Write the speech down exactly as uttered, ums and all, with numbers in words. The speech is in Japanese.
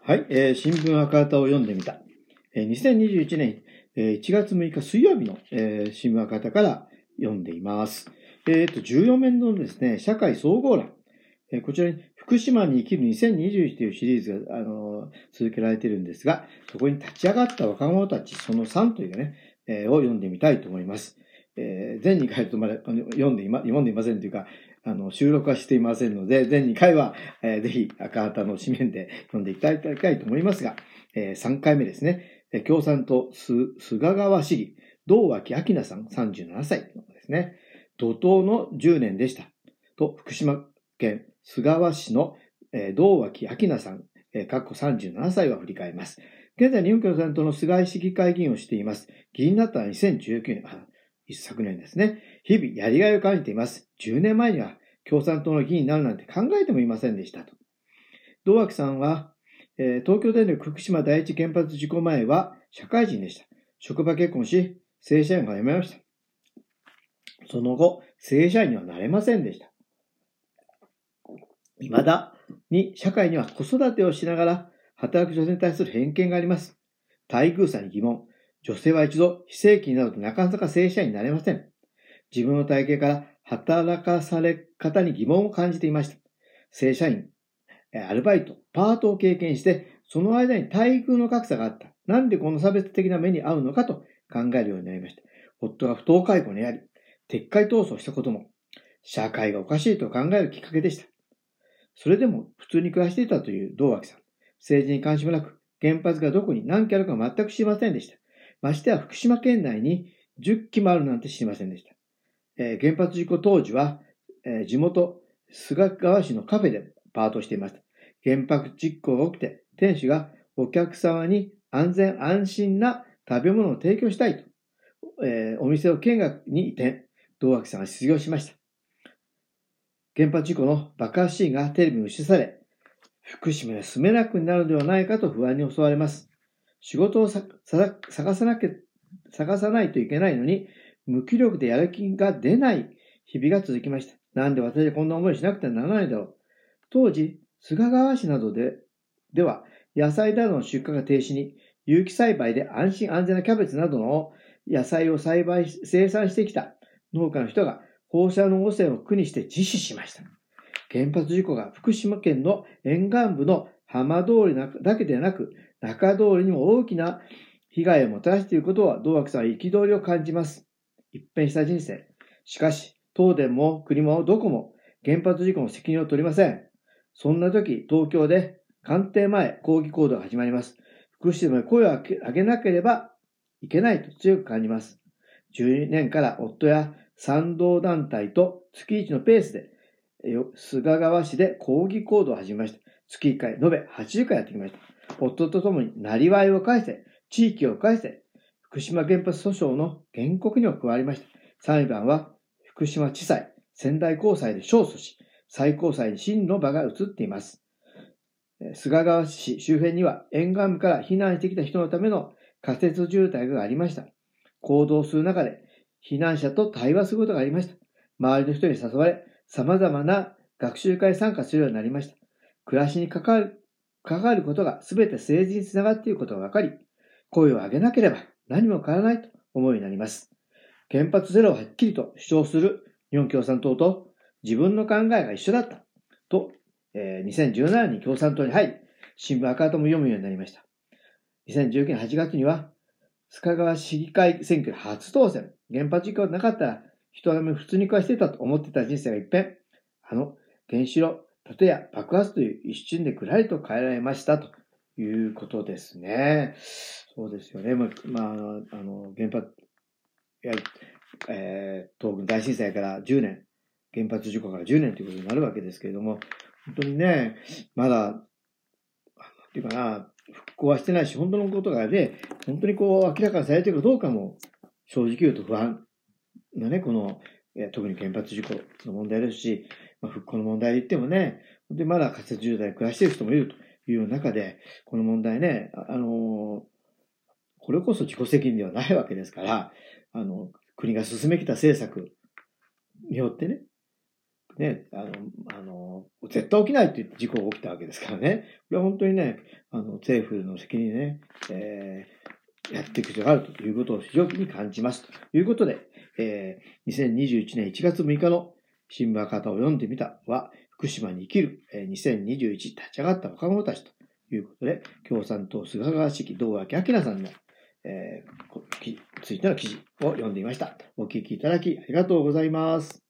はい、えー、新聞赤旗を読んでみた。えー、にせんにじゅういちねん、えー、いちがつむいか水曜日の、えー、新聞赤旗から読んでいます。えーと、じゅうよんめんのですね、社会総合欄。えー、こちらに福島に生きるにせんにじゅういちというシリーズが、あのー、続けられているんですが、そこに立ち上がった若者たち、そのさんというね、えー、を読んでみたいと思います。えー、全にかいとまで読んでいま、読んでいませんというか、あの、収録はしていませんので、全にかいは、えー、ぜひ赤旗の紙面で読んでいただきたいと思いますが、えー、さんかいめですね。共産党菅川市議、堂脇明菜さんさんじゅうななさいですね。怒涛のじゅうねんでした。と、福島県菅川市の、えー、堂脇明菜さん、えー、過去さんじゅうななさいは振り返ります。現在、日本共産党の菅井市議会議員をしています。議員になったのはにせんじゅうきゅうねん、あ一昨年ですね。日々やりがいを感じています。じゅうねんまえには共産党の議員になるなんて考えてもいませんでしたと。堂脇さんは、えー、東京電力福島第一原発事故前は社会人でした。職場結婚し、正社員が辞めました。その後、正社員にはなれませんでした。未だに社会には子育てをしながら働く女性に対する偏見があります。待遇差に疑問。女性は一度非正規になるとなかなか正社員になれません。自分の体型から働かされ方に疑問を感じていました。正社員、アルバイト、パートを経験して、その間に待遇の格差があった。なんでこの差別的な目に遭うのかと考えるようになりました。夫が不当解雇にあり、撤回闘争したことも、社会がおかしいと考えるきっかけでした。それでも普通に暮らしていたという堂脇さん。政治に関心もなく、原発がどこに何基あるか全く知りませんでした。ましては福島県内にじゅっきもあるなんて知りませんでした。えー、原発事故当時は、えー、地元菅川市のカフェでパートしていました。原発実行が起きて、店主がお客様に安全安心な食べ物を提供したいと、えー、お店を見学に移転、堂脇さんは失業しました。原発事故の爆発シーンがテレビに映しされ、福島で住めなくなるのではないかと不安に襲われます。仕事を探さなきゃ、探さないといけないのに、無気力でやる気が出ない日々が続きました。なんで私はこんな思いしなくてはならないだろう。当時、菅川市などで、では、野菜などの出荷が停止に、有機栽培で安心安全なキャベツなどの野菜を栽培、生産してきた農家の人が放射能汚染を苦にして自死しました。原発事故が福島県の沿岸部の浜通りだけでなく、中通りにも大きな被害をもたらしていることは、堂脇さんは憤りを感じます。一変した人生。しかし、東電も国もどこも原発事故の責任を取りません。そんな時、東京で官邸前抗議行動が始まります。福島で声を上げなければいけないと強く感じます。じゅうにねんから夫や賛同団体と月いちのペースで菅川市で抗議行動を始めました。月いっかい、延べはちじゅっかいやってきました。夫と共になりわいを返せ、地域を返せ、福島原発訴訟の原告にも加わりました。裁判は福島地裁、仙台高裁で勝訴し、最高裁に真の場が移っています。菅川市周辺には沿岸部から避難してきた人のための仮設住宅がありました。行動する中で避難者と対話することがありました。周りの人に誘われ、様々な学習会に参加するようになりました。暮らしに関わる、関わることが全て政治につながっていることが分かり、声を上げなければ何も変わらないと思うようになります。原発ゼロをはっきりと主張する日本共産党と自分の考えが一緒だったと、えー、にせんじゅうななねんに共産党に入り、新聞赤旗も読むようになりました。にせんじゅうきゅうねんはちがつには、須賀川市議会選挙で初当選。原発事故がなかったら、人並み普通に暮らしていたと思っていた人生が一変、あの原子炉、建屋、爆発という一瞬でぐらりと変えられましたということですね。そうですよね。まあ、まあ、あの、原発、やえー、東北大震災からじゅうねん、原発事故からじゅうねんということになるわけですけれども、本当にね、まだ、なんていうかな、復興はしてないし、本当のことがね、本当にこう明らかにされているかどうかも、正直言うと不安なね、この、特に原発事故の問題ですし、まあ、復興の問題で言ってもね、本当にまだ仮設住宅で暮らしている人もいるという中で、この問題ね、あの、これこそ自己責任ではないわけですから、あの、国が進めてきた政策によってね、 ね、あの、あの、絶対起きないという事故が起きたわけですからね。これは本当にね、あの、政府の責任でね、えー、やっていく必要があるということを非常に感じます。ということで、えー、にせんにじゅういちねんいちがつむいかの新聞赤旗を読んでみたは、福島に生きる、えー、にせんにじゅういち立ち上がった若者たちということで、共産党菅川市議堂脇明さんの、えー、ついての記事を読んでみました。お聞きいただきありがとうございます。